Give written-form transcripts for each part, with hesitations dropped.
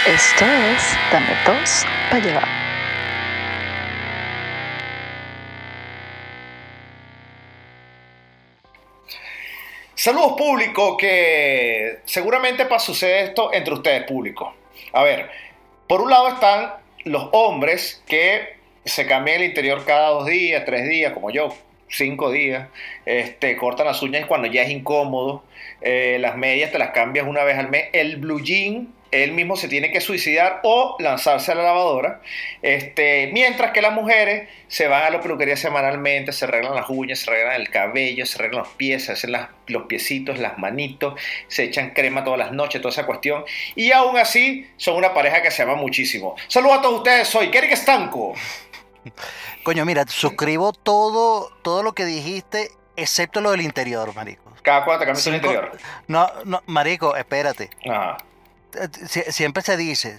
Esto es Dame Dos para llevar. Saludos público, que seguramente sucede esto entre ustedes público. A ver, por un lado están los hombres que se cambian el interior cada 2 días, 3 días, como yo, 5 días. Cortan las uñas cuando ya es incómodo. Las medias te las cambias una vez al mes. El blue jean, él mismo se tiene que suicidar o lanzarse a la lavadora. Mientras que las mujeres se van a la peluquería semanalmente, se arreglan las uñas, se arreglan el cabello, se arreglan los pies, se hacen los piecitos, las manitos, se echan crema todas las noches, toda esa cuestión. Y aún así son una pareja que se ama muchísimo. Saludos a todos ustedes, soy Kerry Estanco. Coño, mira, suscribo todo lo que dijiste, excepto lo del interior, marico. Cada cuánto cambias el interior. No, marico, espérate. Ajá. Siempre se dice,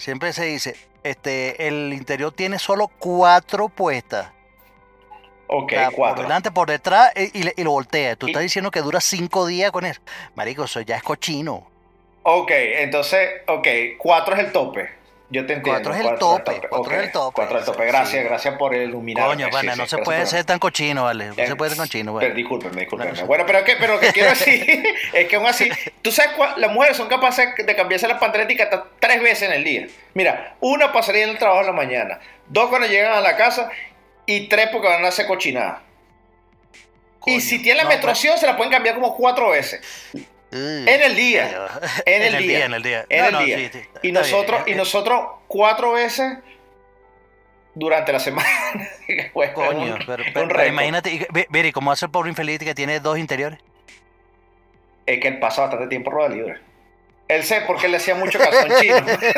el interior tiene solo 4 puestas. Ok, O sea, 4. por delante, por detrás y lo voltea. Tú estás diciendo que dura 5 días con eso. Marico, eso ya es cochino. Ok, entonces, 4 es el tope. Yo te entiendo. 4 es el tope. 4 es el tope. 4 es el tope. Gracias, gracias por iluminarme. Coño, bueno, no se puede ser tan cochino, ¿vale? No se puede ser cochino, ¿vale? ¿vale? Discúlpeme. Bueno, pero lo que quiero decir es que aún así, tú sabes, las mujeres son capaces de cambiarse las pantaletas hasta 3 veces en el día. Mira, 1 para salir en el trabajo en la mañana, 2 cuando llegan a la casa y 3 porque van a hacer cochinadas. Y si tienen la menstruación, se la pueden cambiar como 4 veces. En el día. En el día. Sí, y nosotros 4 veces durante la semana. Coño, pero imagínate, ¿y cómo hace el pobre infeliz que tiene 2 interiores? Es que él pasa bastante tiempo roda libre. Él sé porque él le hacía mucho calzón chino.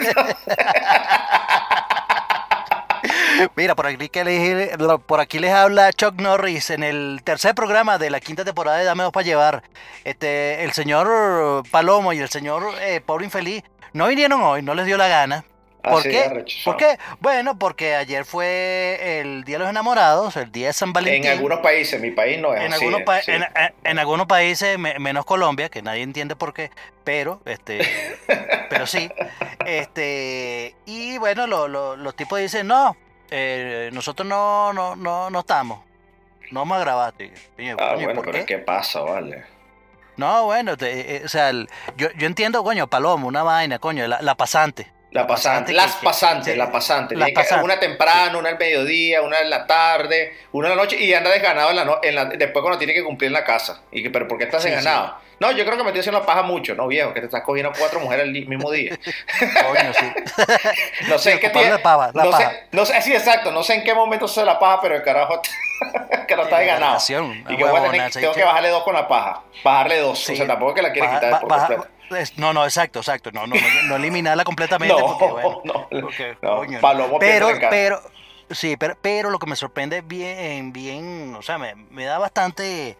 Mira, por aquí les habla Chuck Norris en el tercer programa de la 5ª temporada de Dame Dos para llevar. El señor Palomo y el señor Pobre Infeliz no vinieron hoy, no les dio la gana. ¿Por qué? ¿Por qué? Bueno, porque ayer fue el Día de los Enamorados, el Día de San Valentín. En algunos países, mi país no es así. En algunos países, menos Colombia, que nadie entiende por qué, pero pero sí. Y bueno, los tipos dicen, no, nosotros no estamos, no vamos a grabar. Bueno, pero ¿qué pasa, vale? No, bueno, o sea, yo entiendo, coño, Palomo, una vaina, coño, la pasante. Las pasantes. Una temprano, una al mediodía, una en la tarde, una en la noche y anda desganado después cuando tiene que cumplir en la casa. ¿Pero por qué estás desganado? Sí. No, yo creo que me estoy haciendo paja mucho, no viejo, que te estás cogiendo 4 mujeres el mismo día. Coño, sí. No sé en qué tiempo. No sé, sí, exacto, no sé en qué momento se la paja, pero el carajo que no está desganado. Y que tengo que bajarle 2 con la paja. Bajarle 2. Sí. O sea, tampoco que la quiere quitar por completo. No, exacto. No eliminarla completamente. Coño, Palomo pero lo que me sorprende bien, o sea, me da bastante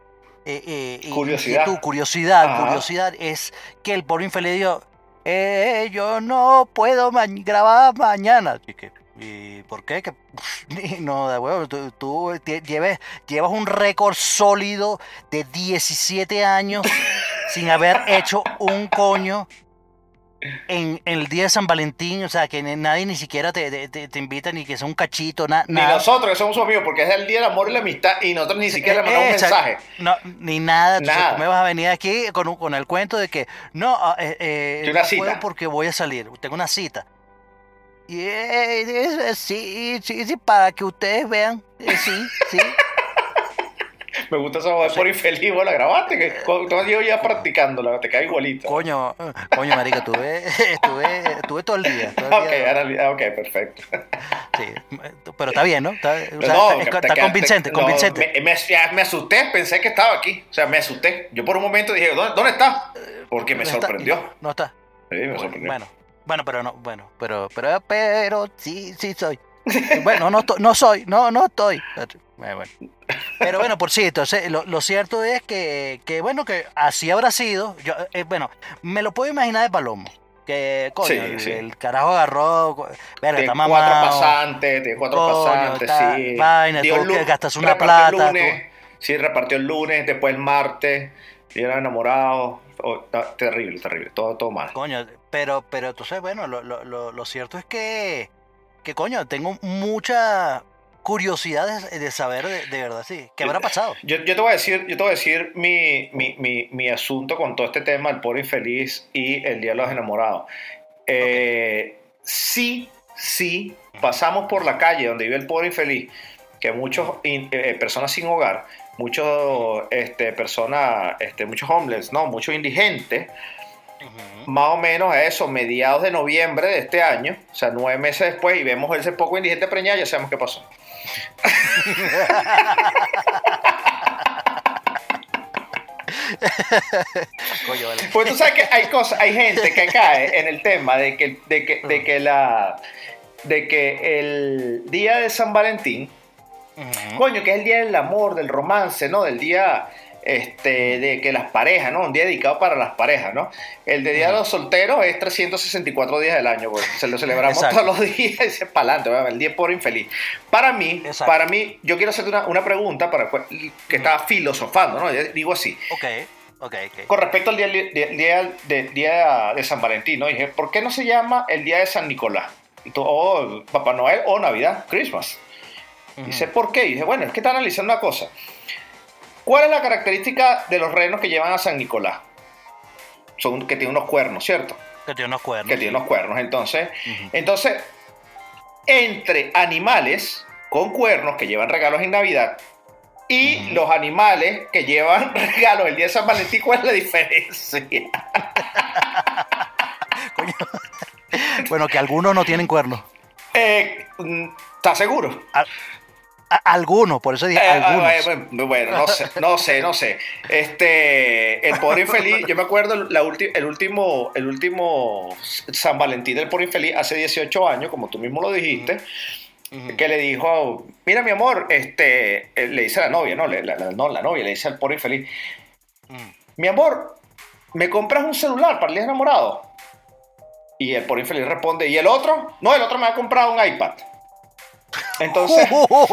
curiosidad es que el pobre infeliz dijo, yo no puedo grabar mañana. ¿Y por qué? No, de huevo, tú llevas un récord sólido de 17 años sin haber hecho un coño en el día de San Valentín, o sea, que nadie ni siquiera te invita, ni que sea un cachito, nada. Ni nosotros, que somos sus amigos, porque es el día del amor y la amistad, y nosotros ni siquiera le mandamos un mensaje. No, ni nada. Entonces tú me vas a venir aquí con el cuento de que, no puedo porque voy a salir, tengo una cita. Y sí, para que ustedes vean, sí. Me gusta esa voz por infeliz, vos la grabaste, que yo ya practicándola, te cae igualito. Coño, marica, estuve todo el día. Ok, perfecto. Sí, pero está bien, ¿no? Está convincente. Me asusté, pensé que estaba aquí, o sea, me asusté. Yo por un momento dije, ¿dónde está? Porque me sorprendió. No está. Sí, me sorprendió. Pero sí soy. Bueno, no soy. Bueno. Pero bueno, por cierto, lo cierto es que bueno, que así habrá sido. Yo, me lo puedo imaginar de Palomo. Que, coño, el carajo agarró. Tiene 4 pasantes, sí. Vaina, tuvo que gastas una plata. Sí, repartió el lunes, después el martes. Día de los enamorados, terrible, terrible, todo mal. Coño, pero entonces, bueno, lo cierto es que coño, tengo mucha curiosidad de saber de verdad, sí, ¿qué habrá pasado? Yo te voy a decir mi asunto con todo este tema del pobre infeliz y el Día de los Enamorados. Sí, pasamos por la calle donde vive el pobre infeliz, que muchos personas sin hogar, muchos personas, muchos homeless, no, muchos indigentes, más o menos a eso, mediados de noviembre de este año, o sea, 9 meses después, y vemos ese poco indigente preñado, ya sabemos qué pasó. Coño, vale. Pues tú sabes que hay gente que cae en el tema de que el día de San Valentín, coño, que es el día del amor, del romance, ¿no? Del día de que las parejas, ¿no? Un día dedicado para las parejas, ¿no? El de Día de los Solteros es 364 días del año, pues. Se lo celebramos todos los días y se para adelante, el día por infeliz. Para mí, yo quiero hacerte una pregunta que estaba filosofando, ¿no? Yo digo así. Ok. Con respecto al día de San Valentín, ¿no? Dije, ¿por qué no se llama el día de San Nicolás? O Papá Noel o Navidad, Christmas. Dice, ¿por qué? Y dije, bueno, es que está analizando una cosa. ¿Cuál es la característica de los renos que llevan a San Nicolás? Son que tienen unos cuernos, ¿cierto? Que tiene unos cuernos. Que tienen unos cuernos. Entonces, entre animales con cuernos que llevan regalos en Navidad y los animales que llevan regalos el día de San Valentín, ¿cuál es la diferencia? Coño. Bueno, que algunos no tienen cuernos. ¿Estás seguro? Algunos, por eso dije algunos. Bueno, no sé. El pobre infeliz, yo me acuerdo el último San Valentín del pobre infeliz hace 18 años, como tú mismo lo dijiste, que le dijo, mira mi amor, le dice a la novia, la novia le dice al pobre infeliz, mi amor, ¿me compras un celular para el día enamorado? Y el pobre infeliz responde, ¿y el otro? No, el otro me ha comprado un iPad. Entonces,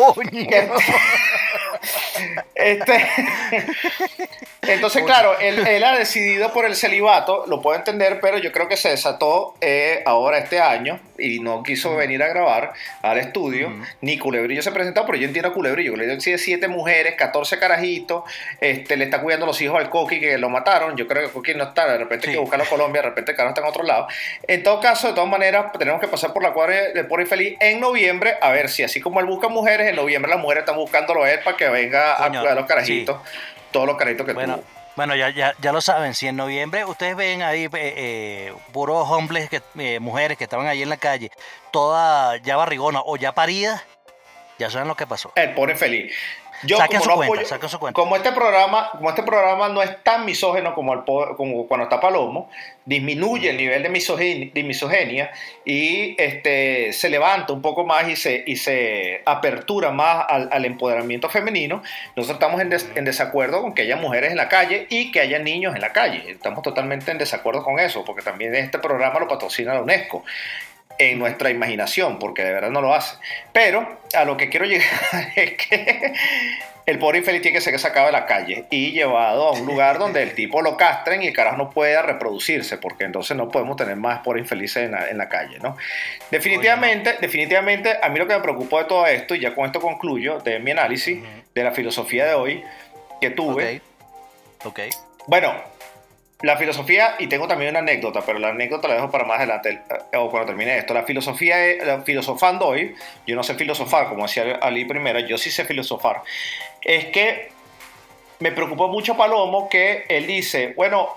entonces claro, él ha decidido por el celibato, lo puedo entender, pero yo creo que se desató ahora este año y no quiso venir a grabar al estudio, ni Culebrillo se presentó, pero yo entiendo a Culebrillo, Culebrillo tiene 7 mujeres, 14 carajitos, le está cuidando los hijos al Coqui que lo mataron, yo creo que Coqui no está, de repente hay que buscarlo a Colombia, de repente el carajo está en otro lado. En todo caso, de todas maneras, tenemos que pasar por la cuadra de Pobre Infeliz en noviembre, a ver si así como él busca mujeres, en noviembre las mujeres están buscándolo a él para que venga a cuidar a los carajitos, todos los carajitos que tuvo. Bueno, ya lo saben, si en noviembre ustedes ven ahí puros hombres, mujeres que estaban ahí en la calle, todas ya barrigonas o ya paridas, ya saben lo que pasó. El Pobre Infeliz. Saquen su cuenta. Como este programa no es tan misógeno como cuando está Palomo, disminuye el nivel de misoginia y se levanta un poco más y se apertura más al empoderamiento femenino. Nosotros estamos en desacuerdo con que haya mujeres en la calle y que haya niños en la calle. Estamos totalmente en desacuerdo con eso, porque también este programa lo patrocina la UNESCO. En nuestra imaginación, porque de verdad no lo hace. Pero a lo que quiero llegar es que el pobre infeliz tiene que ser sacado de la calle y llevado a un lugar donde el tipo lo castren y el carajo no pueda reproducirse, porque entonces no podemos tener más pobre infelices en la calle, ¿no? Definitivamente, a mí lo que me preocupó de todo esto, y ya con esto concluyo, de mi análisis de la filosofía de hoy que tuve. Ok. Bueno, la filosofía, y tengo también una anécdota, pero la anécdota la dejo para más adelante, o cuando termine esto. La filosofando hoy, yo no sé filosofar, como decía Ali primero, yo sí sé filosofar, es que me preocupó mucho Palomo que él dice, bueno,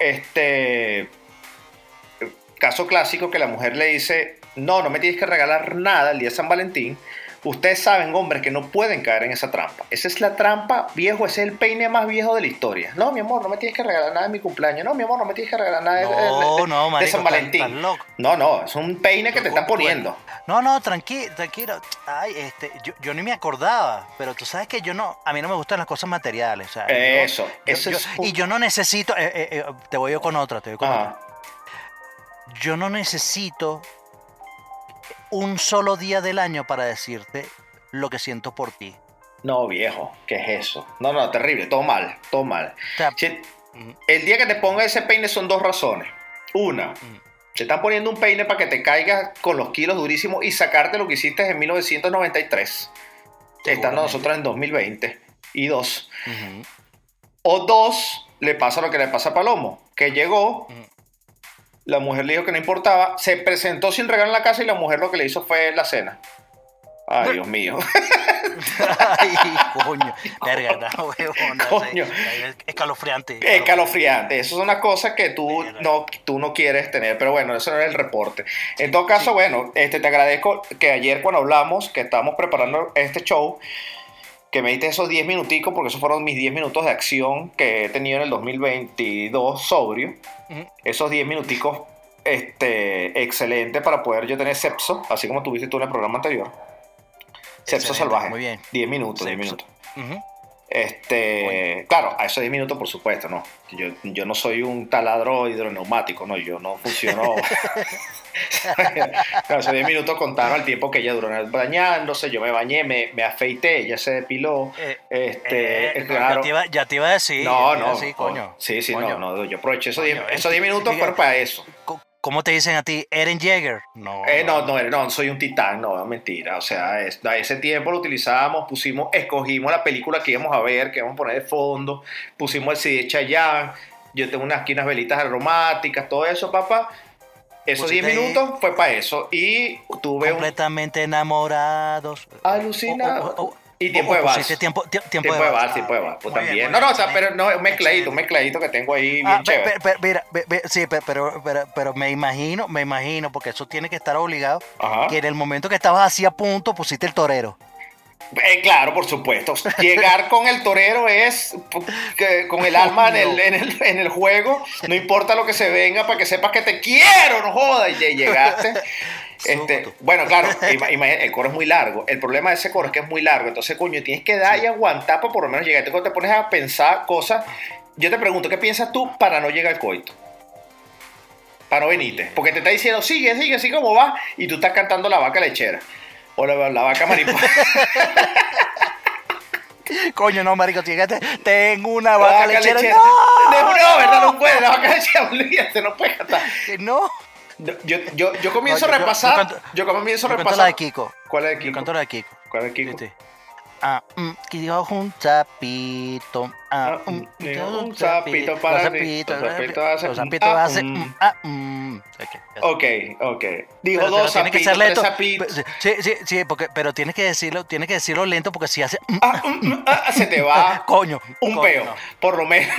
caso clásico que la mujer le dice, no me tienes que regalar nada el día de San Valentín. Ustedes saben, hombres, que no pueden caer en esa trampa. Esa es la trampa, viejo, ese es el peine más viejo de la historia. No, mi amor, no me tienes que regalar nada de mi cumpleaños. No, mi amor, no me tienes que regalar nada de San Valentín. No, es un peine que te están poniendo. No, tranquilo. Ay, yo ni me acordaba, pero tú sabes que a mí no me gustan las cosas materiales. O sea, y yo no necesito, te voy con otra. Yo no necesito un solo día del año para decirte lo que siento por ti. No, viejo, ¿qué es eso? No, terrible, todo mal. O sea, El día que te ponga ese peine son dos razones. Una, te están poniendo un peine para que te caigas con los kilos durísimos y sacarte lo que hiciste en 1993, estando nosotros en 2020. Y dos, o dos, le pasa lo que le pasa a Palomo, que llegó, la mujer le dijo que no importaba, se presentó sin regalo en la casa y la mujer lo que le hizo fue la cena. Ay, Dios mío. Ay, coño. Verga, no, huevón. Coño. Escalofriante. Escalofriante. Esas son las cosas que tú no quieres tener. Pero bueno, eso no es el reporte. En todo caso, bueno, te agradezco que ayer cuando hablamos, que estábamos preparando este show, que me diste esos 10 minuticos, porque esos fueron mis 10 minutos de acción que he tenido en el 2022 sobrio. Esos 10 minuticos, excelente para poder yo tener sexo, así como tuviste tú en el programa anterior. Sexo salvaje. Muy bien. 10 minutos, 10 minutos. Claro, a esos 10 minutos, por supuesto, no. Yo no soy un taladro hidroneumático, no, yo no funciono. Claro, esos 10 minutos contaron el tiempo que ella duró bañándose, yo me bañé, me afeité, ella se depiló. Claro. Ya te iba a decir. No. Sí, coño. Sí, coño. No, yo aproveché esos 10 minutos fueron para eso. ¿Cómo te dicen a ti? ¿Eren Jaeger? No. No, soy un titán, no, mentira. O sea, a ese tiempo lo utilizábamos, escogimos la película que íbamos a ver, que íbamos a poner de fondo, pusimos el CD de Chayanne, yo tengo unas velitas aromáticas, todo eso, papá. Esos 10 minutos fue para eso. Y tuve completamente enamorados. Alucinado. Y tiempo de vals. Tiempo de vals. Pues también. Bien, no, o sea, pero no, un mezcladito que tengo ahí bien chévere. Mira, sí, pero me imagino, porque eso tiene que estar obligado, que en el momento que estabas así a punto pusiste el torero. Claro, por supuesto. Llegar con el torero es con el alma en el juego. No importa lo que se venga para que sepas que te quiero, no jodas. Y llegaste. Bueno, claro, el coro es muy largo. El problema de ese coro es que es muy largo. Entonces, coño, tienes que dar y aguantar para por lo menos llegar. Cuando te pones a pensar cosas, yo te pregunto, ¿qué piensas tú para no llegar al coito? Para no venirte. Porque te está diciendo, sigue, así como va. Y tú estás cantando la vaca lechera. O la vaca mariposa. Coño, no, marico, fíjate, tengo una vaca lechera. No, ¿verdad? No puede, la vaca lechera, olvídate, no puede cantar. No. Yo comienzo a repasar. Yo comienzo a repasar. La de Kiko. ¿Cuál es de Kiko? Yo canto la de Kiko. ¿Cuál es de Kiko? Que dijo un sapito. Un sapito para mí. Los sapitos hacen. Ok. Dijo dos sapitos, tres sapitos. Sí, pero tienes que decirlo lento porque si hace. Se te va. Coño. Un peo, no. Por lo menos.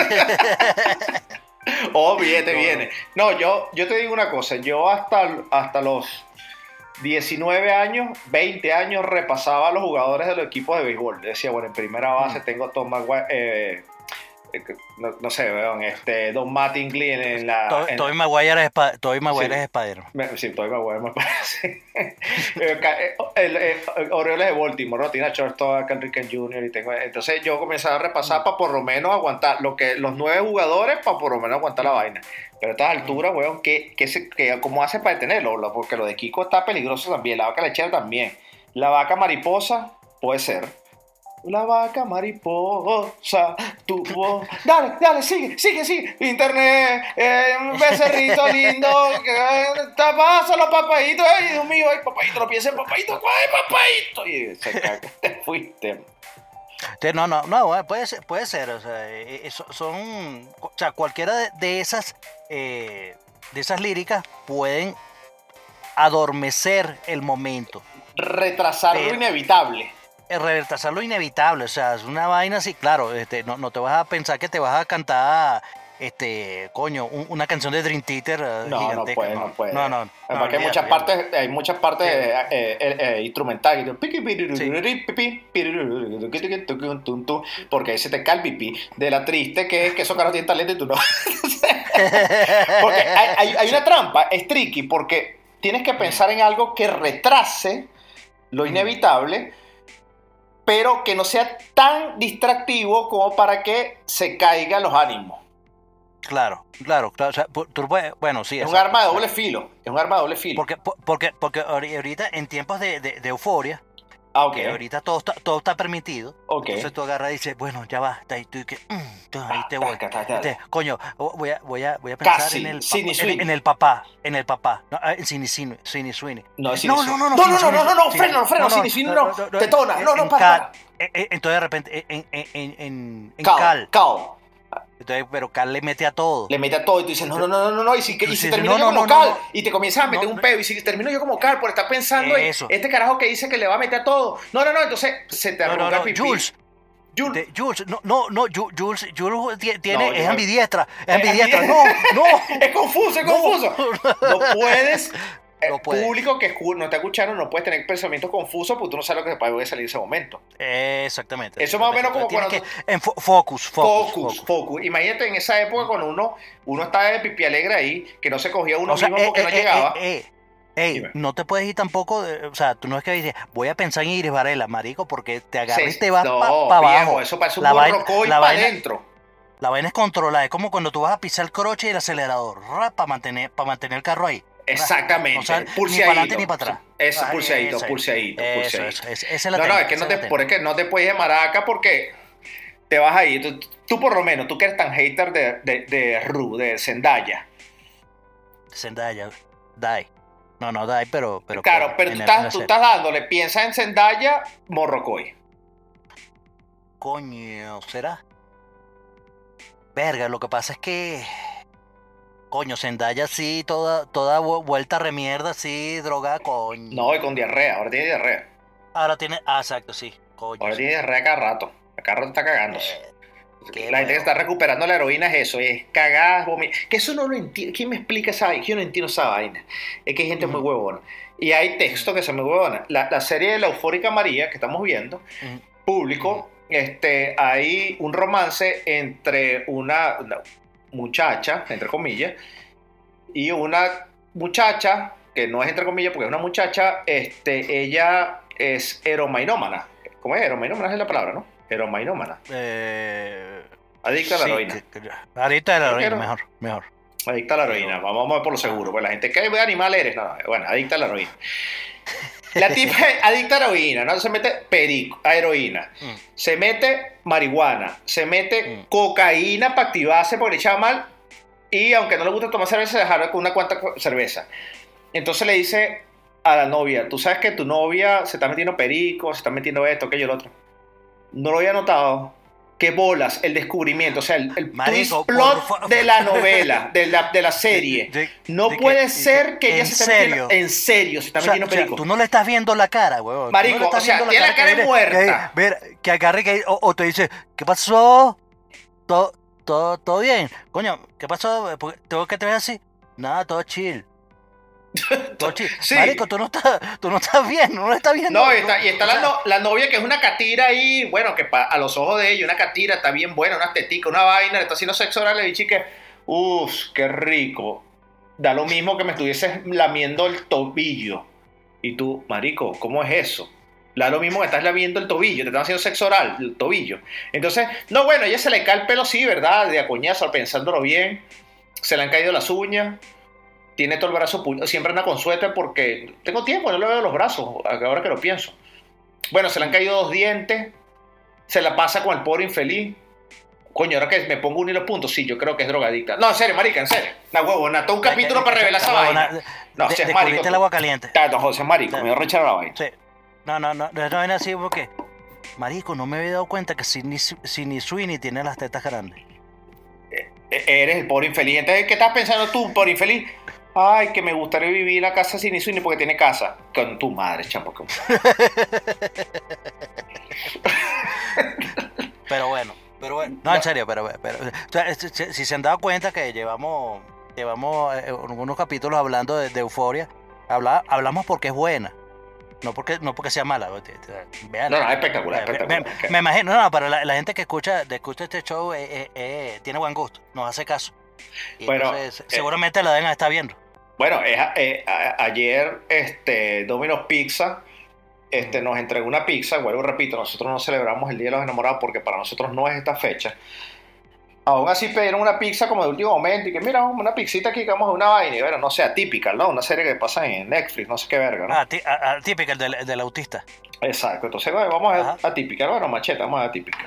Te viene. No, yo te digo una cosa. Yo hasta los 19 años, 20 años repasaba a los jugadores de los equipos de béisbol. Decía, bueno, en primera base tengo Tom Maguire, no sé, vean, Don Mattingly en la... Tobey Maguire es Spider-Man. Sí, Tobey Maguire me parece. Orioles de Baltimore, ¿no? Tiene a shortstop, Ken Ricketts Jr. Entonces yo comencé a repasar para por lo menos aguantar los 9 jugadores, para por lo menos aguantar la vaina. Pero a estas alturas, weón, ¿cómo hace para detenerlo? Porque lo de Kiko está peligroso también, la vaca lechera también. La vaca mariposa puede ser. La vaca mariposa tuvo. Dale, sigue. Internet, un becerrito lindo. Pasa los papaitos. Ay, Dios mío, ay, papayito, no pienses en papayito. Ay, papayito. Y se cagó, te fuiste. No, puede ser. O sea, cualquiera de esas líricas pueden adormecer el momento. Retrasar lo inevitable. Retrasar lo inevitable, o sea, es una vaina así, claro, no te vas a pensar que te vas a cantar, una canción de Dream Theater gigantesca. No puede. No. Porque hay muchas partes instrumentales, porque ahí se te cae el pipí de la triste que es que esos caras tienen talento y tú no. Porque hay una trampa, es tricky, porque tienes que pensar en algo que retrase lo inevitable, pero que no sea tan distractivo como para que se caigan los ánimos. Claro. O sea, bueno, sí. Es un arma de doble filo. Porque ahorita en tiempos de euforia, Ah, ok. que ahorita todo está permitido. Ok. Entonces tú agarras y dices, bueno, ya va, ahí tú y que, entonces ahí te voy. Coño, voy a pensar Casi, en el Sydney papá, Sweeney. en el papá, no, en Sydney Sweeney. No, No, Sydney no, Sweeney. no, no, No, freno, Sydney Sweeney no. Tetona, no, para. Entonces de repente, en Cal. entonces, pero Cal le mete a todo. Le mete a todo y tú dices, no, y si termino yo como Cal, y te comienzas a meter un pedo, y si termino yo como Cal por estar pensando en este carajo que dice que le va a meter a todo. No, entonces se te arruga el pipí. Jules, Jules tiene, es ambidiestra, no. Es confuso. No puedes. No puede. Público que no está escuchando no puedes tener pensamientos confusos porque tú no sabes lo que puede salir en ese momento. Exactamente. Eso más o menos como cuando... Focus. Imagínate en esa época cuando uno estaba de pipi alegre ahí, que no se cogía uno mismo porque no llegaba. No te puedes ir tampoco, o sea, tú no es que dices, voy a pensar en Iris Varela, marico, porque te agarras y te vas para abajo. Eso parece un morrocoy para adentro. La vaina es controlada, es como cuando tú vas a pisar el croche y el acelerador, para mantener el carro ahí. Exactamente, o sea, pulseadito. Ni para adelante ni para atrás. Eso, pulseadito. Esa es la no, es que no te puedes llamar acá porque te vas ahí. Tú por lo menos, tú que eres tan hater de Ru, de Zendaya. Dai. No, Dai, pero claro, pero tú estás dándole, piensa en Zendaya, Morrocoy. Coño, ¿será? Verga, lo que pasa es que... Coño, Zendaya sí, toda vuelta remierda, sí, droga, coño. No, y con diarrea, ahora tiene diarrea. Exacto, sí, coño. Ahora tiene diarrea cada rato está cagándose. La gente que está recuperando la heroína es eso, es cagar, que eso no lo entiendo. ¿Quién me explica esa vaina? Yo no entiendo esa vaina. Es que hay gente muy huevona. Y hay textos que son muy huevona. La serie de La Eufórica María que estamos viendo, público, hay un romance entre una muchacha, entre comillas, y una muchacha, que no es entre comillas porque es una muchacha, ella es heroinómana. ¿Cómo es? Heroinómana es la palabra, ¿no? Heroinómana. Adicta a la heroína. Adicta a la heroína, mejor. Adicta a la heroína. Vamos a ver por lo seguro. Pues la gente, ¿qué animal eres? No, bueno, adicta a la heroína. La tipa es adicta a heroína, ¿no? Se mete perico, a heroína. Se mete marihuana. Se mete cocaína para activarse porque le echaba mal. Y aunque no le gusta tomar cerveza, se dejaron con una cuanta cerveza. Entonces le dice a la novia, tú sabes que tu novia se está metiendo perico, se está metiendo esto, aquello, el otro. No lo había notado. Qué bolas, el descubrimiento, o sea, el twist plot de la novela, de la serie. No puede ser que ella se esté metiendo. En serio, se está metiendo perico. Tú no le estás viendo la cara, huevón. Marico, o sea, tiene la cara muerta. Que agarre o te dice, ¿qué pasó? ¿Todo bien? Coño, ¿qué pasó? ¿Tengo que te ves así? Nada, todo chill. Sí. Marico, tú no estás bien, no lo estás viendo. No, y está la novia que es una catira ahí, bueno, que a los ojos de ella, una catira está bien buena, una tetica, una vaina, le está haciendo sexo oral, le dije que, qué rico. Da lo mismo que me estuvieses lamiendo el tobillo. Y tú, marico, ¿cómo es eso? Da lo mismo que estás lamiendo el tobillo, te están haciendo sexo oral, el tobillo. Entonces, no, bueno, ella se le cae el pelo, sí, ¿verdad? De a coñazo, pensándolo bien. Se le han caído las uñas. Tiene todo el brazo, siempre anda con suéter porque tengo tiempo, no le veo los brazos, ahora que lo pienso. Bueno, se le han caído 2 dientes, se la pasa con el pobre infeliz. Coño, ahora que me pongo un hilo punto, sí, yo creo que es drogadicta. No, en serio, marica, en serio. La huevona, todo un capítulo para revelar esa vaina. No, si es marico. El agua caliente. No, José es marico, me voy a rechazar la vaina. Sí. No es así porque, marico, no me había dado cuenta que Sydney Sweeney tiene las tetas grandes. Eres el pobre infeliz. Entonces, ¿qué estás pensando tú, pobre infeliz? Ay, que me gustaría vivir en la casa sin Sweeney porque tiene casa. Con tu madre, chapo. Pero bueno. No, en serio, pero si se han dado cuenta que llevamos algunos capítulos hablando de Euforia, hablamos porque es buena. No porque sea mala. Vean, no, espectacular. Me imagino, pero la gente que escucha este show tiene buen gusto, nos hace caso. Y bueno, entonces, seguramente la deben estar viendo. Bueno, ayer Domino's Pizza nos entregó una pizza. Vuelvo y repito, nosotros no celebramos el Día de los Enamorados porque para nosotros no es esta fecha. Aún así pidieron una pizza como de último momento y que mira, una pizzita aquí que vamos a una vaina y bueno, no sé, Atypical, ¿no? Una serie que pasa en Netflix, no sé qué verga, ¿no? Típica, el del autista. Exacto, entonces bueno, vamos Ajá. a Atypical, bueno, machete, vamos a Atypical.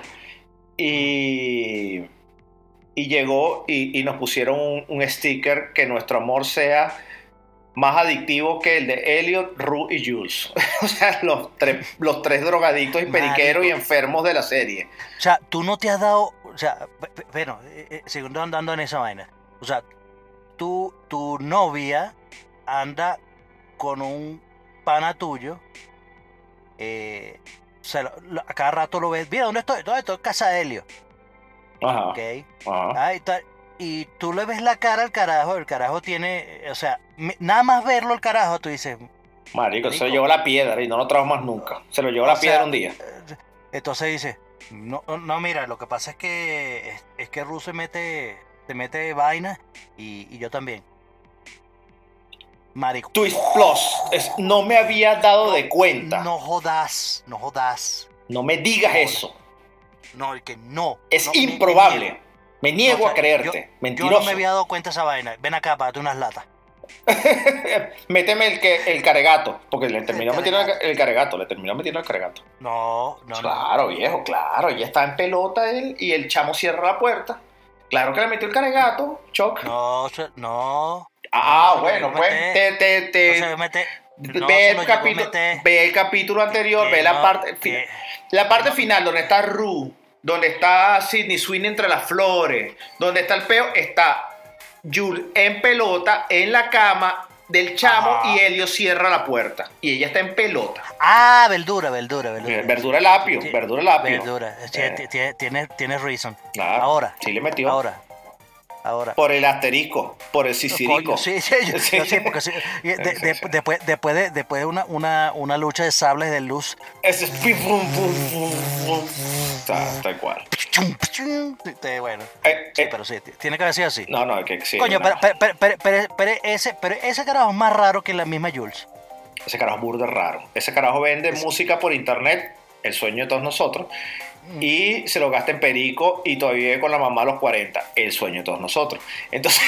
Y, y llegó y nos pusieron un sticker que nuestro amor sea más adictivo que el de Elliot, Rue y Jules. O sea, los tres drogadictos y periqueros y Marico. enfermos de la serie. O sea, tú no te has dado. O sea, bueno, segundo andando en esa vaina. O sea, tu novia anda con un pana tuyo. A cada rato lo ves. Mira, ¿dónde estoy? ¿Dónde estoy? Casa de Helio. Ajá, Ok. ajá. Ahí está. Y tú le ves la cara al carajo. El carajo tiene. O sea, nada más verlo el carajo, tú dices. Marico, se lo Marico. llevó la piedra y no lo trajo más nunca. Se lo llevó O la piedra sea, un día. entonces dice, no, no, mira, lo que pasa es que Ru se mete vaina y yo también. Marico. Twist Plus, no me había dado No, de cuenta. no jodas, no jodas. No me digas No, eso. No, el que no. Es no, improbable. Me No, niego o sea, a creerte. yo Mentiroso. no me había dado cuenta de esa vaina. Ven acá, párate unas latas. Méteme el caregato. Porque le terminó metiendo caregato. el caregato. Le terminó metiendo el caregato. No. Claro, viejo, claro. Ya está en pelota él y el chamo cierra la puerta. Claro que le metió el caregato, Choc. No. Ah, No, bueno, no pues se lo mete. No ve, se el lo llegó a meter. ve el capítulo anterior, Que ve la no, parte, que- la parte no. final donde está Rue, donde está Sydney Sweeney entre las flores, donde está el peo, está Jules en pelota en la cama del chamo Ajá. y Helio cierra la puerta y ella está en pelota. Verdura. Verdura el apio, Sí, verdura el apio. Verdura. Sí, tienes reason. Claro, Ahora. sí le metió. Ahora. Por el asterisco, por el Coño, sisirico. sí, yo sí, porque sí, después de una lucha de sables de luz. Ese es pim, pum, pum, pum, pum. Tal cual. Bueno, Eh, sí, eh, pero sí, tiene que haber sido así. No, es que sí. Coño, no. pero ese carajo es más raro que la misma Jules. Ese carajo es burda raro. Ese carajo vende música por internet, el sueño de todos nosotros, y se lo gasta en perico y todavía vive con la mamá a los 40, el sueño de todos nosotros. Entonces,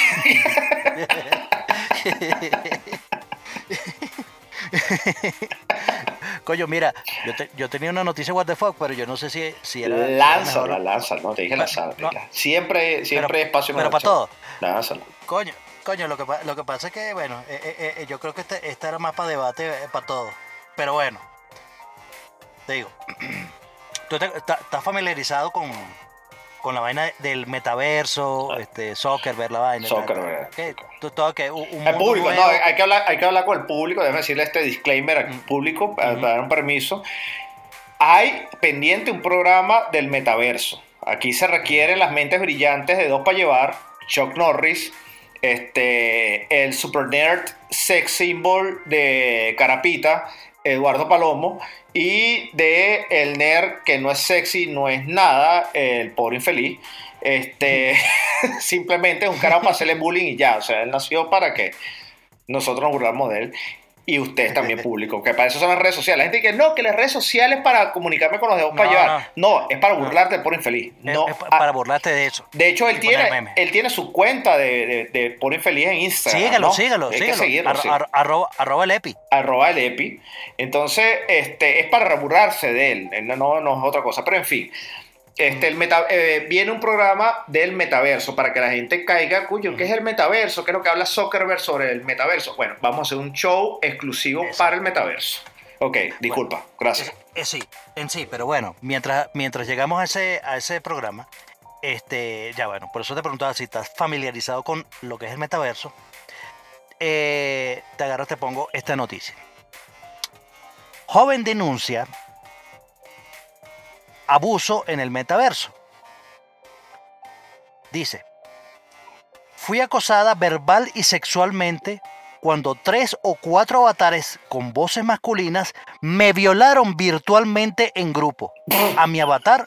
Coño, mira, yo tenía una noticia what the fuck, pero yo no sé si era lánzala, mejor. no te dije No, lánzala. Siempre hay espacio pero para mejor. todo. Lánzala. Coño, lo que pasa es que, bueno, yo creo que esta era más para debate, para todo. Pero bueno, te digo, tú estás familiarizado con la vaina del metaverso, Zuckerberg, la vaina. Zuckerberg. ¿Qué? Todo que un El mundo público, nuevo. no, hay que hablar con el público, déjame decirle este disclaimer al público, para dar un permiso. Hay pendiente un programa del metaverso. Aquí se requieren las mentes brillantes de Dos para Llevar, Chuck Norris, el super nerd sex symbol de Carapita, Eduardo Palomo, y de el nerd que no es sexy, no es nada, el pobre infeliz. Simplemente es un carajo para hacerle bullying y ya. O sea, él nació para que nosotros nos burlamos de él. Y ustedes también, público, que para eso son las redes sociales. La gente dice que no, que las redes sociales para comunicarme con los dedos para llevar. No, es para burlarte del pobre infeliz. No, Es para burlarte de eso. de hecho, Y poner memes. él tiene su cuenta de pobre infeliz en Instagram. Síguelo. Hay que seguirlo, sí. Arroba el EPI. @ el EPI. Entonces, es para burlarse de él. No es otra cosa. Pero en fin. Viene un programa del metaverso para que la gente caiga, cuyo, ¿qué es el metaverso? ¿Qué es lo que habla Zuckerberg sobre el metaverso? Bueno, vamos a hacer un show exclusivo para el metaverso. Ok, disculpa, gracias. Sí, pero bueno, mientras llegamos a ese programa, ya bueno, por eso te preguntaba si estás familiarizado con lo que es el metaverso. Te pongo esta noticia. Joven denuncia abuso en el metaverso. Dice: fui acosada verbal y sexualmente cuando 3 o 4 avatares con voces masculinas me violaron virtualmente en grupo. A mi avatar.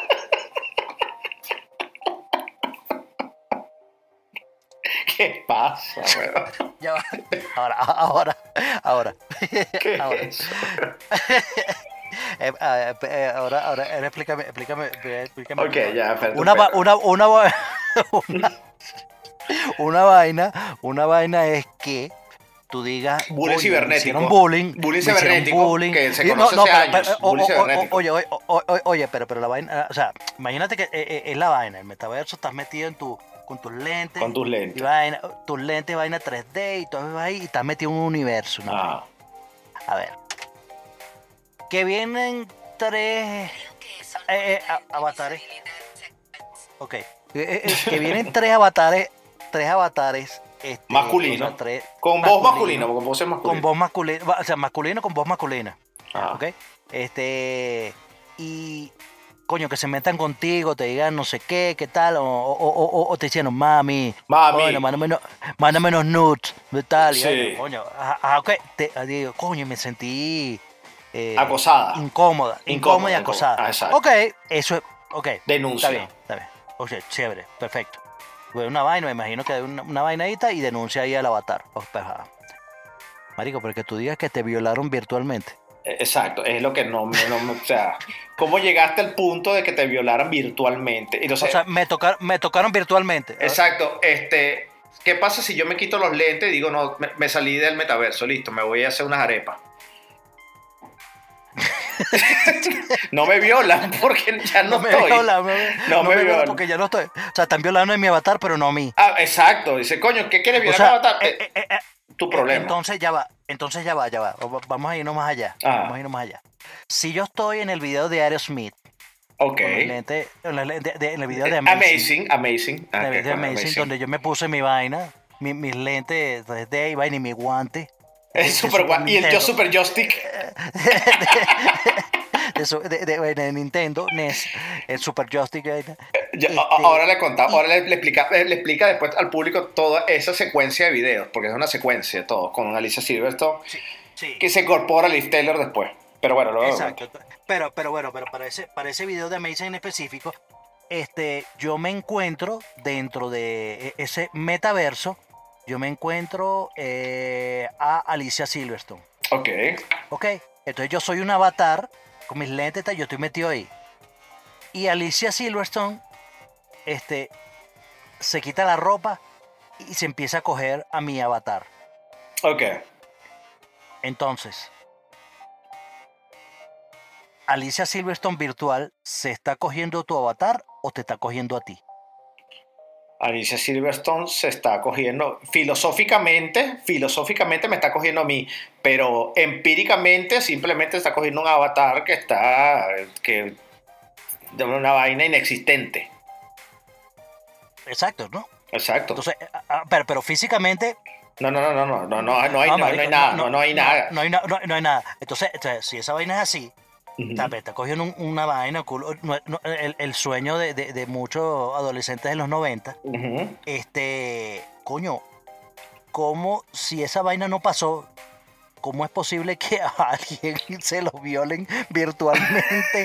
¿Qué pasa, weón? Ya va. Ahora. ¿Qué Ahora. es eso? Ahora explícame. Ok, ya, perfecto. Una vaina es que tú digas, Bullying "Coño, me cibernético. hicieron bullying, Bullying me hicieron cibernético, bullying". que se Y conoce hace años, bullying cibernético. Oye, pero la vaina, o sea, imagínate que es la vaina, el metaverso, estás metido con tus lentes, Con tus y lentes. vaina, tus lentes, vaina 3D, y todo ahí, y estás metido en un universo, ¿no? Ah, A ver, que vienen tres avatares. Ok. Que vienen tres avatares. masculino. O sea, tres Con voz masculina, con voz con masculina. voz masculina. O sea, masculino con voz masculina. Ah. Ok. Y coño, que se metan contigo, te digan no sé qué tal, o te dicen, mami, Mami. bueno, mándame unos nudes, de tal, Sí. y coño, ok, digo, coño, me sentí Acosada. incómoda y acosada. Ah, exacto. Ok, eso es, ok. Denuncia. Está bien. O sea, chévere, perfecto. Pues una vaina, me imagino que una vainadita y denuncia ahí al avatar. Oh, pues, marico, porque tú digas que te violaron virtualmente. Exacto, es lo que no, o sea, ¿cómo llegaste al punto de que te violaran virtualmente? Y entonces, O sea, me tocaron virtualmente. exacto, ¿qué pasa si yo me quito los lentes y digo, no, me salí del metaverso, listo, me voy a hacer unas arepas? No me violan porque ya no estoy. No me violan. violan porque ya no estoy. O sea, están violando a mi avatar, pero no a mí. Ah, exacto, dice, coño, ¿qué quieres O violar sea, mi avatar? Tu problema. Entonces ya va. Vamos a irnos más allá. Vamos a irnos más allá. Si yo estoy en el video de Aerosmith, Ok. con los lentes, en el video de Amazing. Amazing. En el video de Amazing, donde yo me puse mi vaina, mis lentes 3D y vaina y mi guante. Es super guay. Y el super joystick. de Nintendo NES, el Super Joystick. Ahora le contamos, ahora le explica después al público toda esa secuencia de videos, porque es una secuencia todo, con Alicia Silverstone, Sí. que se incorpora a Liv Taylor después. Pero bueno, luego. Exacto. Pero para ese video de Amazing en específico, yo me encuentro dentro de ese metaverso, yo me encuentro a Alicia Silverstone. Ok. Entonces yo soy un avatar con mis lentes, yo estoy metido ahí. Y Alicia Silverstone, se quita la ropa y se empieza a coger a mi avatar. Ok. Entonces, Alicia Silverstone virtual, ¿se está cogiendo tu avatar o te está cogiendo a ti? Alicia Silverstone se está cogiendo, filosóficamente me está cogiendo a mí, pero empíricamente simplemente está cogiendo un avatar que de una vaina inexistente. Exacto, ¿no? Exacto. Entonces, pero físicamente... No hay nada. No hay nada. Entonces, si esa vaina es así, está cogiendo una vaina, culo, el sueño de muchos adolescentes de los 90, coño, ¿cómo si esa vaina no pasó? ¿Cómo es posible que a alguien se lo violen virtualmente?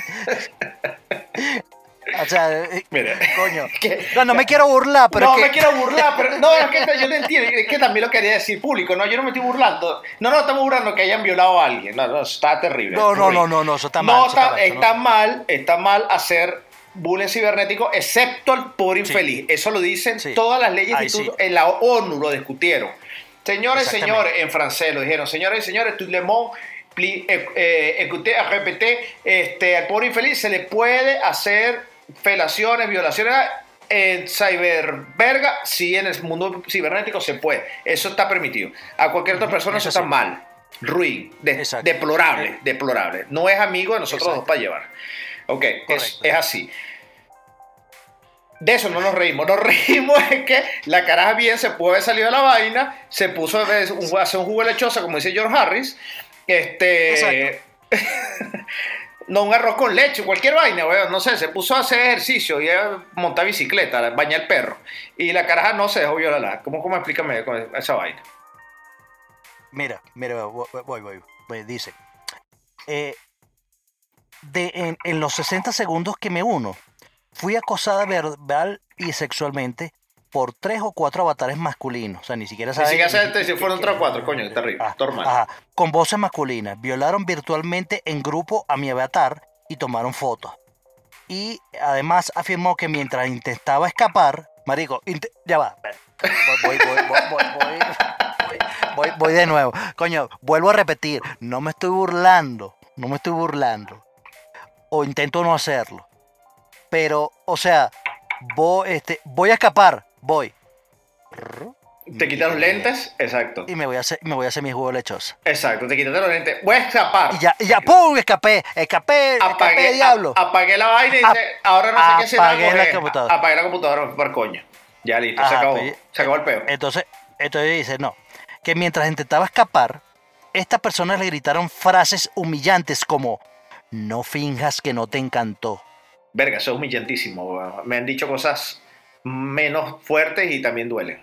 O sea, mira, coño. No me quiero burlar, pero. No me quiero burlar, pero. No, es que yo te entiendo. Es que también lo quería decir público. No, yo no me estoy burlando. No, estamos burlando que hayan violado a alguien. No, está terrible. No, eso está mal. Está mal hacer bullying cibernético, excepto al pobre infeliz. Eso lo dicen todas las leyes. En la ONU lo discutieron. Señores y señores, en francés lo dijeron. Señores y señores, tout le monde. Écoutez, répétez, al pobre infeliz se le puede hacer felaciones, violaciones en cyberverga, sí, en el mundo cibernético se puede, eso está permitido. A cualquier otra persona eso está mal, ruin, deplorable, no es amigo de nosotros dos para llevar. Ok, es así. De eso no nos reímos es que la caraja bien se puede haber salido de la vaina, se puso a hacer un jugo de lechosa, como dice George Harris. No, un arroz con leche, cualquier vaina, weón, no sé, se puso a hacer ejercicio y a montar bicicleta, a bañar el perro. Y la caraja no se dejó violar. ¿Cómo explícame con esa vaina? Mira, voy. Dice, en los 60 segundos que me uno, fui acosada verbal y sexualmente por 3 o 4 avatares masculinos. O sea, ni siquiera sabes. Si fueron 3 o 4, coño, es terrible. Normal. Con voces masculinas. Violaron virtualmente en grupo a mi avatar y tomaron fotos. Y además afirmó que mientras intentaba escapar, Marico, ya va. Voy de nuevo. Coño, vuelvo a repetir. No me estoy burlando. O intento no hacerlo. Pero, o sea, voy a escapar. Voy. Te quitas los lentes, exacto. Y me voy a hacer mi jugo lechosa. Exacto, te quitaste los lentes. Voy a escapar. Y ya, ¡pum! Escapé, diablo. Apagué la vaina y dice, ahora no sé qué hacer. Apagué la computadora. Apagué la computadora por coño. Ya listo, se acabó. Se acabó el peo. Entonces dice, no. Que mientras intentaba escapar, estas personas le gritaron frases humillantes como: no finjas que no te encantó. Verga, eso es humillantísimo. Weón. Me han dicho cosas menos fuertes y también duelen.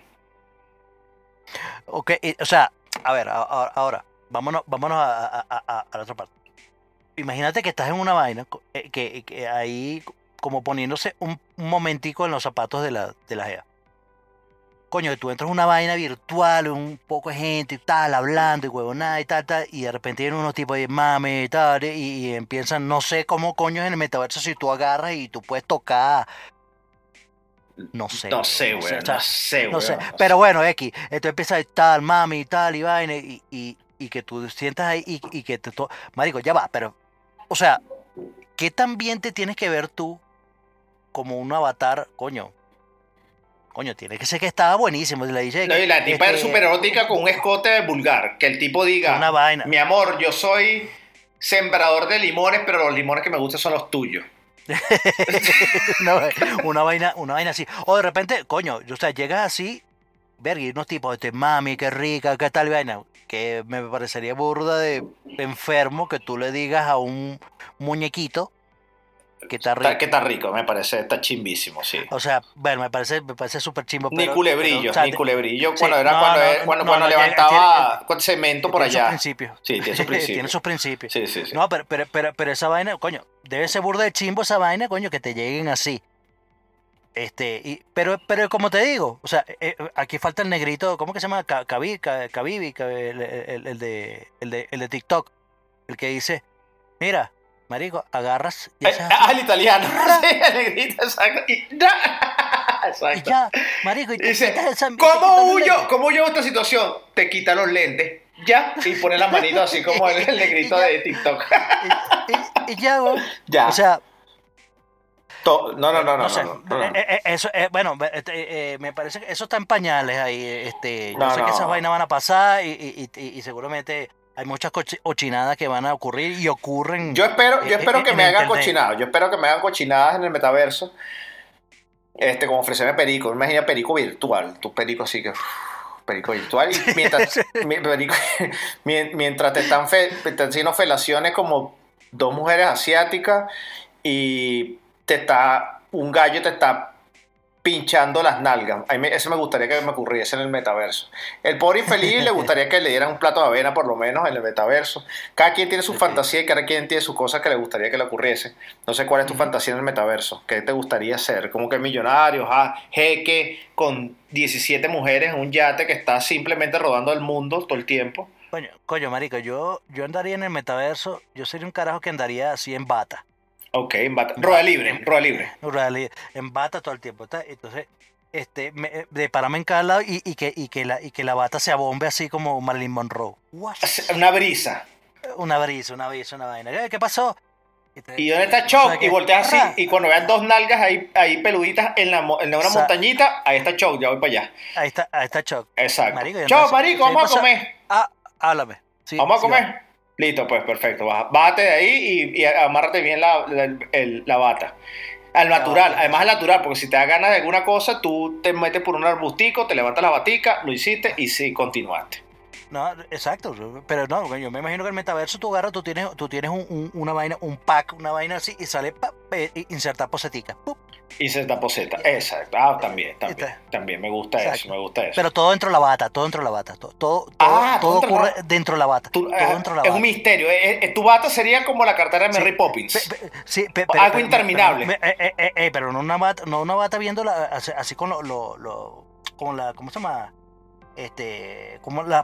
Ok, o sea, a ver, ahora, vámonos a la otra parte. Imagínate que estás en una vaina que ahí como poniéndose un momentico en los zapatos de la GEA. Coño, que tú entras en una vaina virtual, un poco de gente y tal, hablando y huevonada y tal, y de repente vienen unos tipos de mame y tal, y empiezan, no sé cómo coño es en el metaverso si tú agarras y tú puedes tocar. No sé, güey. Pero bueno, X, tú empiezas a estar mami y tal, y vaina, y que tú sientas ahí y que te... Marico, ya va, pero... O sea, ¿qué tan bien te tienes que ver tú como un avatar, coño? Coño, tiene que ser que estaba buenísimo. Le dice no, y la tipa es súper erótica con un escote vulgar. Que el tipo diga, una vaina. Mi amor, yo soy sembrador de limones, pero los limones que me gustan son los tuyos. No, una vaina así. O de repente, coño, o sea, llegas así, verga, y unos tipos, mami, qué rica, qué tal vaina. Que me parecería burda de enfermo que tú le digas a un muñequito que está rico. Que está rico, me parece, está chimbísimo, sí. O sea, bueno, me parece súper chimbo. Ni culebrillo, o sea, cuando levantaba con cemento por allá. Principios. Sí, tiene sus principios. Tiene sus principios. Sí. No, pero esa vaina, coño, debe ser burda de chimbo esa vaina, coño, que te lleguen así. Pero como te digo, o sea, aquí falta el negrito, ¿cómo que se llama? Kabibi, el de TikTok, el que dice, mira, marico, agarras y el italiano. Sí, el negrito, exacto. Exacto. Y ya, marico, y dice, ¿cómo huyo de esta situación? Te quita los lentes, ya, y pone las manitos así como el negrito de TikTok. Y ya, güey. Ya. O sea, no sé. No. Eso, bueno, me parece que eso está en pañales ahí. Yo sé No. que esas vainas van a pasar y seguramente hay muchas cochinadas que van a ocurrir y ocurren. Yo espero que me hagan cochinadas. Yo espero que me hagan cochinadas en el metaverso. Como ofrecerme perico. Imagina perico virtual. Tu perico así que... perico virtual. Y mientras te están haciendo felaciones como dos mujeres asiáticas y un gallo te está pinchando las nalgas. Eso me gustaría que me ocurriese en el metaverso. El pobre infeliz le gustaría que le dieran un plato de avena por lo menos en el metaverso. Cada quien tiene su fantasía y cada quien tiene sus cosas que le gustaría que le ocurriese. No sé cuál es tu fantasía en el metaverso. ¿Qué te gustaría ser? Como que millonario, jeque con 17 mujeres en un yate que está simplemente rodando el mundo todo el tiempo. Coño, marico, yo andaría en el metaverso. Yo sería un carajo que andaría así en bata. Ok, en bata. Rueda libre. En bata todo el tiempo. Entonces, de pararme en cada lado y que la bata se abombe así como Marilyn Monroe. Una brisa. Una vaina. ¿Qué pasó? ¿Y dónde está Choc? Y volteas así, y cuando veas dos nalgas ahí peluditas en una montañita, ahí está Choc, ya voy para allá. Ahí está Choc. Exacto. Choc, marico, vamos a comer. Háblame. Sí, vamos a comer. Listo, pues perfecto. Bájate de ahí y amárrate bien la bata. Al natural, además al natural, porque si te da ganas de alguna cosa, tú te metes por un arbustico, te levantas la batica, lo hiciste y sí, continuaste. No, exacto, pero no, yo me imagino que el metaverso tú agarras, tú tienes una vaina, un pack, una vaina así y sale insertar posetica. Insertar poseta, exacto. También me gusta eso. Pero todo dentro de la bata, todo ocurre dentro de la bata. Es un misterio. Tu bata sería como la cartera de Mary Poppins. Algo interminable. Pero no una bata viéndola así con con la, ¿cómo se llama? Como la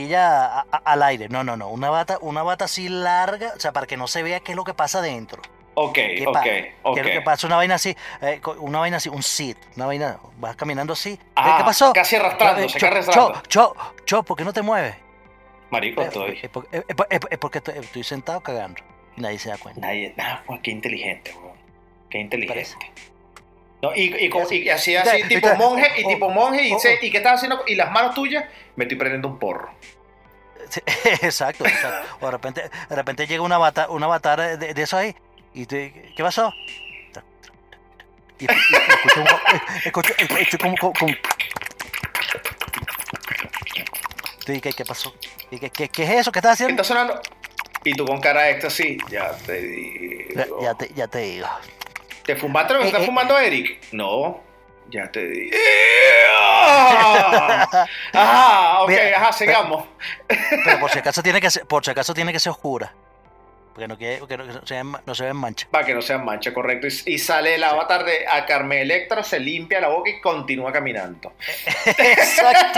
pantorrilla al aire. No. Una bata así larga, o sea, para que no se vea qué es lo que pasa dentro. Ok, ¿Qué ok, pasa? ok. ¿Qué pasa? Una vaina así, un sit, una vaina, vas caminando así. Ajá, ¿Qué pasó? casi arrastrándose, casi Cho, arrastrando. ¿por qué no te mueves? Marico, estoy. Es porque estoy sentado cagando y nadie se da cuenta. Nadie, nada, qué inteligente, weón. Qué Parece. inteligente. No, y así, tipo Entonces, monje, y oh, ¿y qué estás haciendo? Y las manos tuyas, me estoy prendiendo un porro. Sí, exacto. O de repente llega un avatar de eso ahí. ¿Qué pasó? Y escucho como. ¿Qué pasó? ¿Qué es eso? ¿Qué estás ¿Qué haciendo? está sonando? Y tú con cara de éxtasis, ya te digo. Ya te digo. ¿Te fumaste lo que está fumando Eric? No, ya te digo. Ajá, ok, Mira, ajá, sigamos. Pero por si acaso tiene que ser oscura. Porque no se ve en mancha. Para que no sea mancha, correcto. Y sale el avatar de a Carmen Electra, se limpia la boca y continúa caminando. Exacto.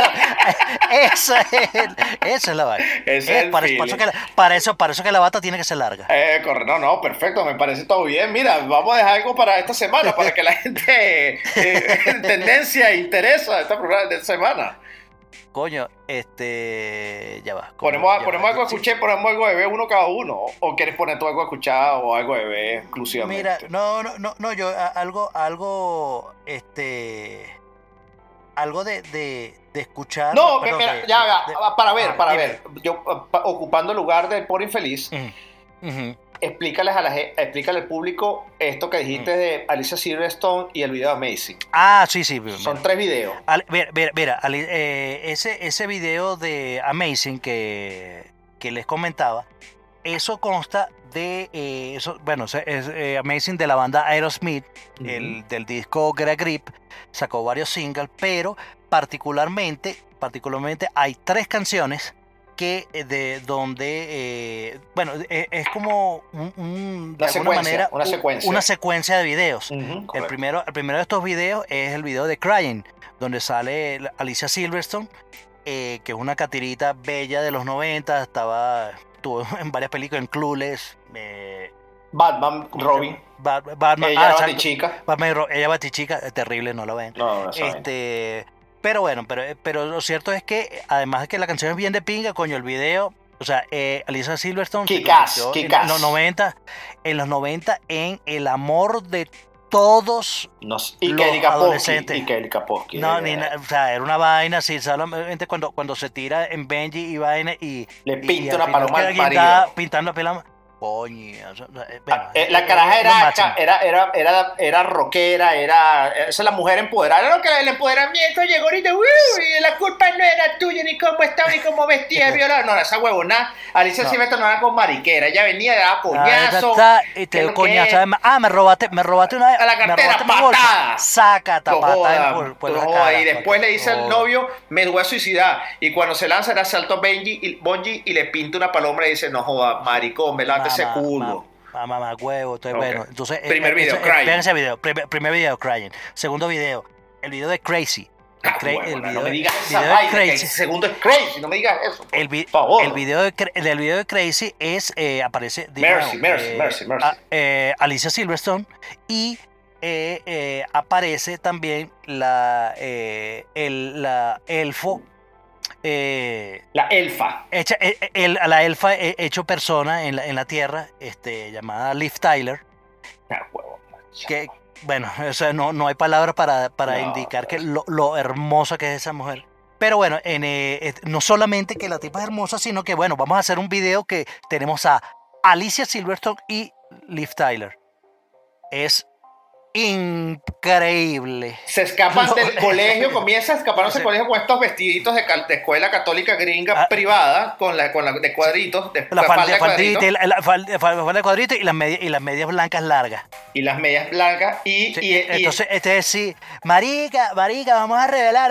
Esa es la vaina. Ese es el feeling. Para eso que la bata tiene que ser larga. No, perfecto, me parece todo bien. Mira, vamos a dejar algo para esta semana, para que la gente en tendencia interesa esta programa de esta semana. Coño, ya va. Ponemos algo a escuchar, ponemos algo de ver uno cada uno. ¿O quieres poner tú algo a escuchar o algo de ver exclusivamente? Mira, no, yo algo, algo de escuchar. No, pero para dime. ver. Yo, ocupando el lugar del pobre infeliz, Ujú. explícale al público esto que dijiste de Alicia Silverstone y el video de Amazing. Ah, sí. Son 3 videos. Mira, ese video de Amazing que les comentaba, eso consta de Amazing de la banda Aerosmith, del disco Get a Grip, sacó varios singles, pero particularmente hay 3 canciones que de donde es como de alguna manera una secuencia de videos. El primero de estos videos es el video de Crying, donde sale Alicia Silverstone, que es una catirita bella de los 90, estuvo en varias películas, en Clueless, Batman, Robin. Batman, ella Batichica. Ella Batichica, terrible, no lo ven. No, pero bueno, pero lo cierto es que además de que la canción es bien de pinga, coño, el video, o sea, Alicia Silverstone en los 90 en el amor de todos los adolescentes. Y Kelly Kapowski. O sea, era una vaina así, solamente cuando se tira en Benji y vaina y le pinta una paloma al marido. Pintando la paloma. Coño, la caraja era rockera, esa es la mujer empoderada. Era lo que el empoderamiento llegó ahorita, y la culpa no era tuya, ni cómo estaba, ni cómo vestía, violada. No, esa huevona. Alicia Silverstone no era con mariquera, ella venía de dar coñazo. Y te dio coñazo. Me robaste una vez. A la cartera, patada. Saca, patada. Y después le dice al novio, me voy a suicidar. Y cuando se lanza, le asalta a Bonji y le pinta una paloma y dice, no joda, maricón, me levante ese culo. Mamá, huevo. Entonces, Okay. bueno, entonces. Primer video, Crying. Vean ese video. Primer video, Crying. Segundo video, el video de Crazy. No me digas esa vaina, que el segundo es Crazy, no me digas eso, por favor. El video de Crazy es, aparece Mercy. Alicia Silverstone y aparece también la elfo. La elfa. La elfa hecho persona en la Tierra, llamada Liv Tyler. Que, bueno, o sea, no hay palabras para indicar que lo hermosa que es esa mujer. Pero bueno, no solamente que la tipa es hermosa, sino que bueno, vamos a hacer un video que tenemos a Alicia Silverstone y Liv Tyler. Es increíble. Se escapan del colegio, comienza a escaparse del colegio con estos vestiditos de escuela católica gringa privada, con la de cuadritos, la falda de cuadritos y las medias blancas largas. Y las medias blancas entonces sí, marica, vamos a revelar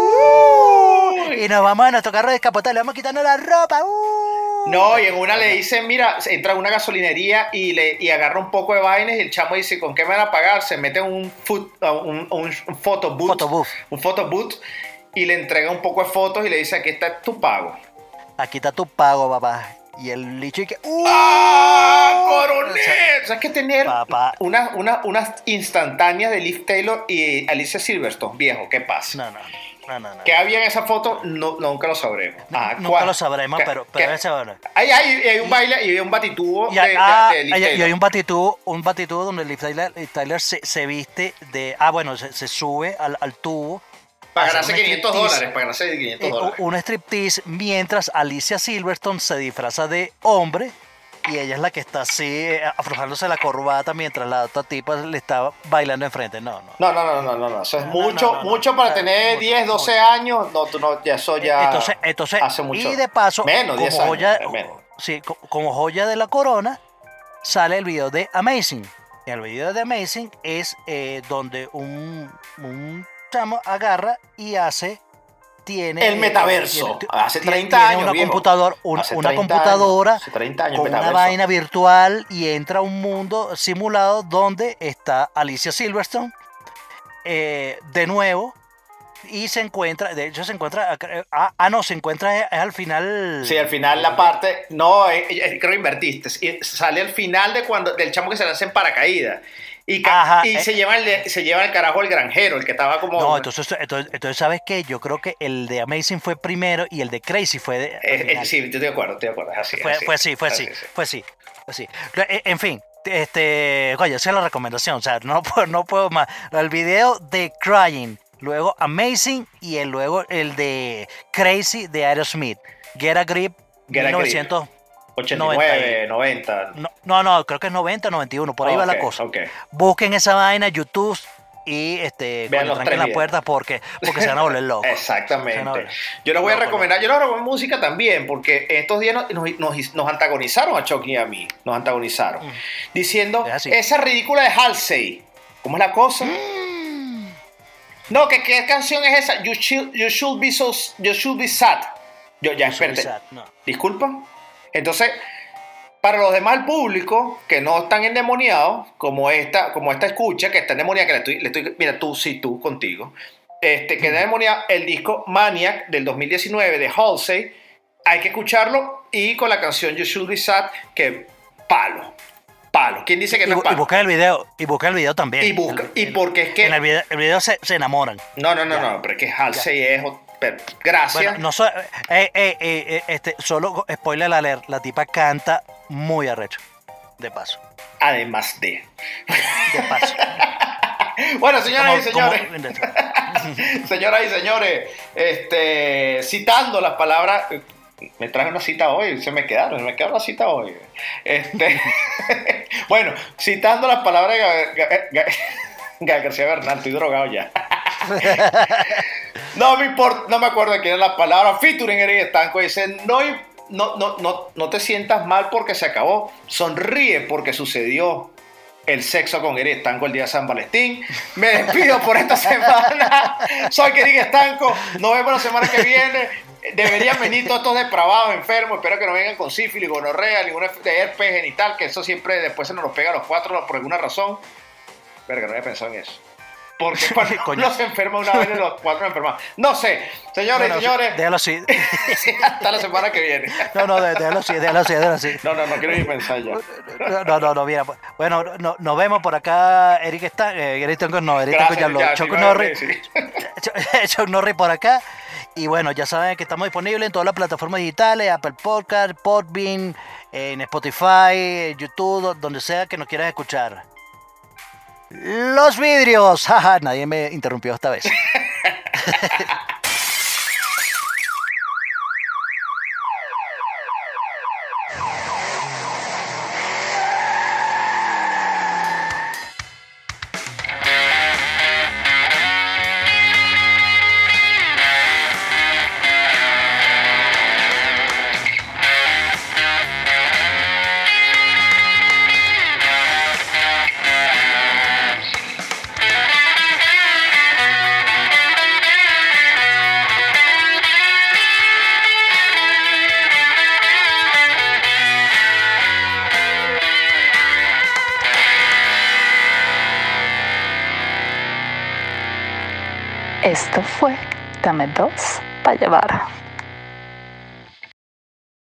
y nos vamos a nuestro carro descapotado, le vamos quitando la ropa. No, y en una le dicen, mira, entra a una gasolinería y agarra un poco de vainas y el chamo dice, ¿con qué me van a pagar? Se mete un photo booth y le entrega un poco de fotos y le dice, aquí está tu pago. Aquí está tu pago, papá. Y el licho y que... ¡Ah, coronel! O sea, es que tener Papá. unas instantáneas de Liv Taylor y Alicia Silverstone, viejo, ¿qué pasa? No. ¿Qué había en esa foto? No, nunca lo sabremos. Nunca lo sabremos, pero ese bueno. Hay un baile y hay un batitubo Y de Liv hay Taylor. un batitubo donde Liv Tyler se viste de... bueno, se sube al tubo. Para hacer ganarse un $500, para ganarse $500. un striptease, mientras Alicia Silverstone se disfraza de hombre y ella es la que está así aflojándose la corbata mientras la otra tipa le está bailando enfrente. No. No. Eso es No, mucho para tener 10, 12 años. No, tú no, ya eso ya Entonces hace mucho. y de paso, menos, 10 años. Menos. Sí, como joya de la corona, sale el video de Amazing. Y el video de Amazing es donde un chamo agarra y tiene el metaverso. Hace 30 tiene años, una viejo. una computadora Hace 30 años, con una metaverso. vaina virtual y entra a un mundo simulado donde está Alicia Silverstone de nuevo y se encuentra es al final. Sí, al final la parte, no, creo que invertiste. Sale al final del chamo que se lanza en paracaídas. Y se lleva el carajo el granjero, el que estaba como... No, entonces ¿sabes qué? Yo creo que el de Amazing fue primero y el de Crazy fue de... sí, estoy de acuerdo, Fue así. En fin, oye, esa es la recomendación, o sea, no puedo más. El video de Crying, luego Amazing y luego el de Crazy de Aerosmith. Get a Grip, 89, 90. No, creo que es 90, 91, por ahí va la cosa. Okay. Busquen esa vaina, YouTube y vean los tranquen la puerta porque se van a volver locos. Exactamente. Yo les voy a recomendar, yo les voy a recomendar música también, porque estos días nos antagonizaron a Chucky y a mí. Nos antagonizaron. Diciendo, esa ridícula de Halsey. ¿Cómo es la cosa? No, ¿qué canción es esa? You should be sad. Espérate. Disculpa. Entonces, para los demás del público que no están endemoniados, como esta escucha, que está endemoniada, mira, tú contigo, que está endemoniada, el disco Maniac del 2019 de Halsey, hay que escucharlo, y con la canción You Should Be Sad, que palo. ¿Quién dice que no es palo? Y busca el video también. Porque es que... En el video se enamoran. No, pero es que Halsey es... Pero, gracias. Bueno, solo spoiler alert, la tipa canta muy arrecho. De paso. Además de paso. Bueno, señoras y señores, citando las palabras, me traje una cita hoy, me quedó una cita hoy. Bueno, citando las palabras de Gael García Bernal, estoy drogado ya. No me importa, no me acuerdo de quién era la palabra. Featuring Eric Estanco dice: no te sientas mal porque se acabó. Sonríe porque sucedió el sexo con Eric Estanco el día de San Valentín. Me despido por esta semana. Soy Eric Estanco. Nos vemos la semana que viene. Deberían venir todos estos depravados, enfermos. Espero que no vengan con sífilis, gonorrea, ninguna herpes genital, que eso siempre después se nos pega a los cuatro por alguna razón. Verga, no había pensado en eso. Porque cuando uno se enferma una vez, los cuatro enfermos. No sé, señores. Déjalo así. Hasta la semana que viene. Déjalo así. No quiero ir a pensar ya. No, mira. Bueno, nos vemos por acá. Eric Stanco no, Eric Stanco ya habló. Chuck Norris por acá. Y bueno, ya saben que estamos disponibles en todas las plataformas digitales: Apple Podcast, Podbean, en Spotify, YouTube, donde sea que nos quieras escuchar. Los vidrios. Jaja, nadie me interrumpió esta vez. Esto fue Dame Dos para Llevar.